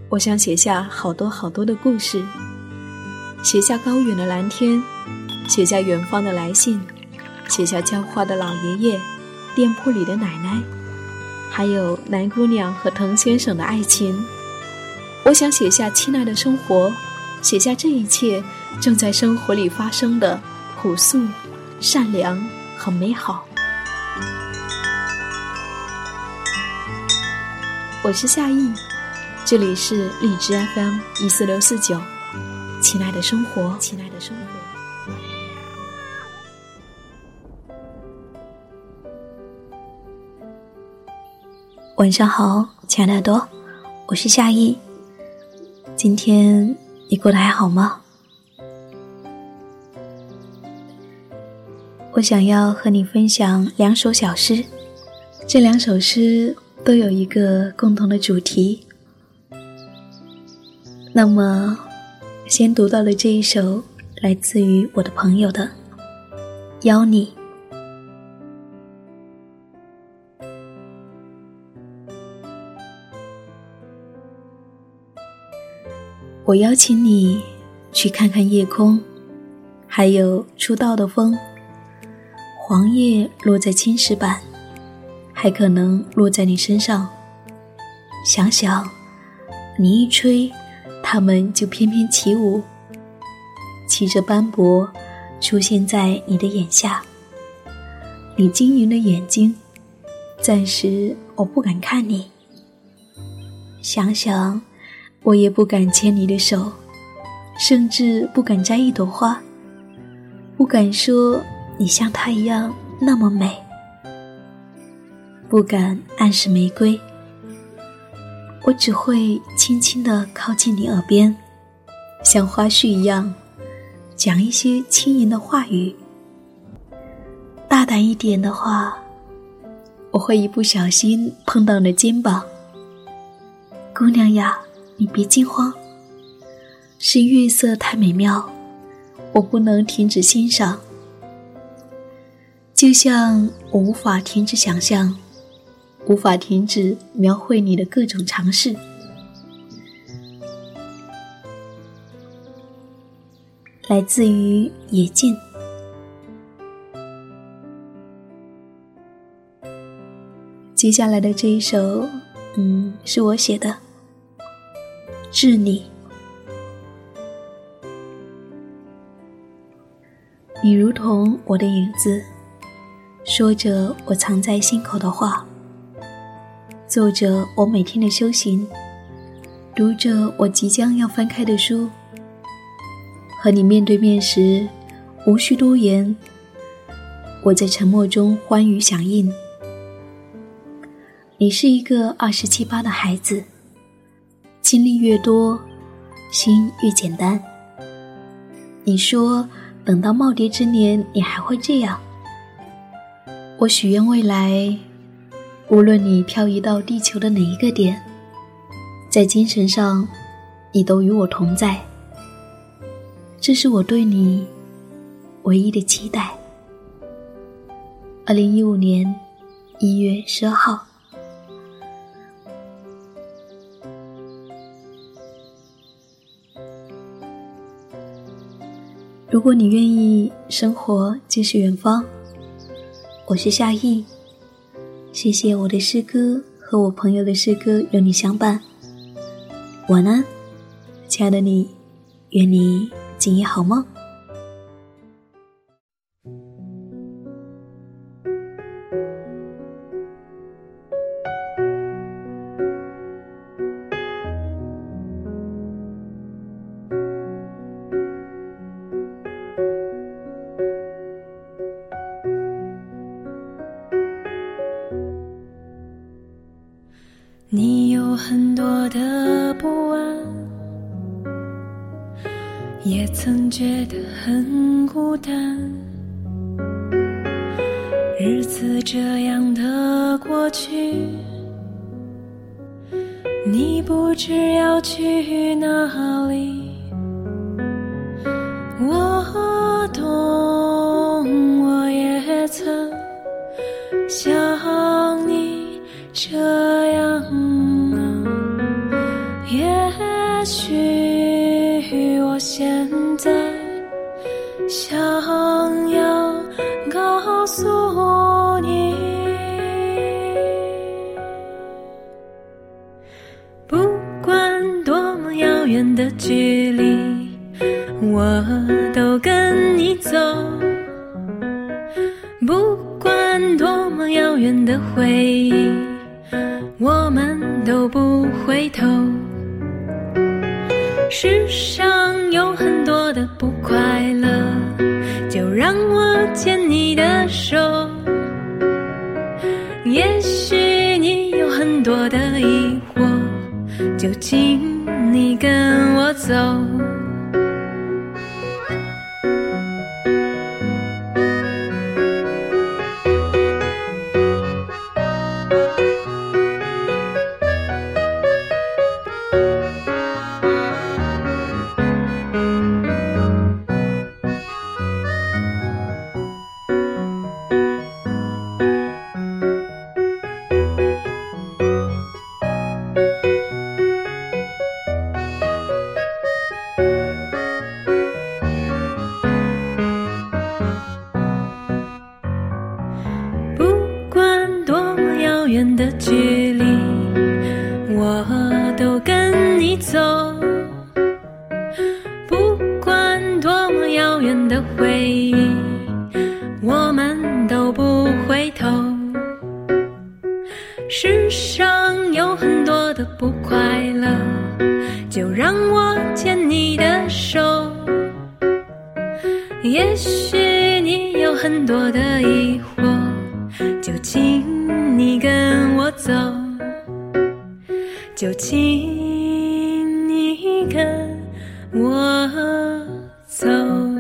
我想写下好多好多的故事，写下高远的蓝天，写下远方的来信，写下浇花的老爷爷，店铺里的奶奶，还有南姑娘和滕先生的爱情。我想写下亲爱的生活，写下这一切正在生活里发生的朴素、善良和美好。我是夏意，这里是荔枝 FM 14649，亲爱的生活，亲爱的生活。晚上好，亲爱的耳朵，我是夏意。今天你过得还好吗？我想要和你分享2首小诗，这2首诗都有一个共同的主题。那么先读到的这一首来自于我的朋友的邀你。我邀请你去看看夜空，还有初到的风，黄叶落在青石板，还可能落在你身上。想想你一吹，它们就翩翩起舞，骑着斑驳出现在你的眼下。你晶莹的眼睛，暂时我不敢看你。想想我也不敢牵你的手，甚至不敢摘一朵花，不敢说你像她一样那么美，不敢暗示玫瑰。我只会轻轻地靠近你耳边，像花絮一样讲一些轻盈的话语。大胆一点的话，我会一不小心碰到你的肩膀。姑娘呀，你别惊慌，是月色太美妙，我不能停止欣赏。就像我无法停止想象，无法停止描绘你的各种尝试。来自于野径。接下来的这一首是我写的，致你。你如同我的影子，说着我藏在心口的话，做着我每天的修行，读着我即将要翻开的书。和你面对面时无需多言，我在沉默中欢愉响应。你是一个27、8的孩子，经历越多，心越简单。你说等到耄耋之年你还会这样。我许愿未来，无论你漂移到地球的哪一个点，在精神上你都与我同在。这是我对你唯一的期待。2015年1月12号。如果你愿意，生活就是远方。我是夏意，谢谢我的诗歌和我朋友的诗歌有你相伴。晚安，亲爱的你，愿你今夜好梦。 你有很多的不安，也曾觉得很孤单，日子这样的过去，你不知要去哪里。我懂，我也曾像你这样啊，也也许我现在想要告诉你，不管多么遥远的距离，我都跟你走，不管多么遥远的回忆，我们都不回头。世上有很多的不快乐，就让我牵你的手。也许你有很多的疑惑，就请你跟我走。远的距离，我都跟你走，不管多么遥远的回忆，我们都不回头。世上有很多的不快乐，就让我牵你的手。也许你有很多的疑惑，就请你跟我走，就请你跟我走。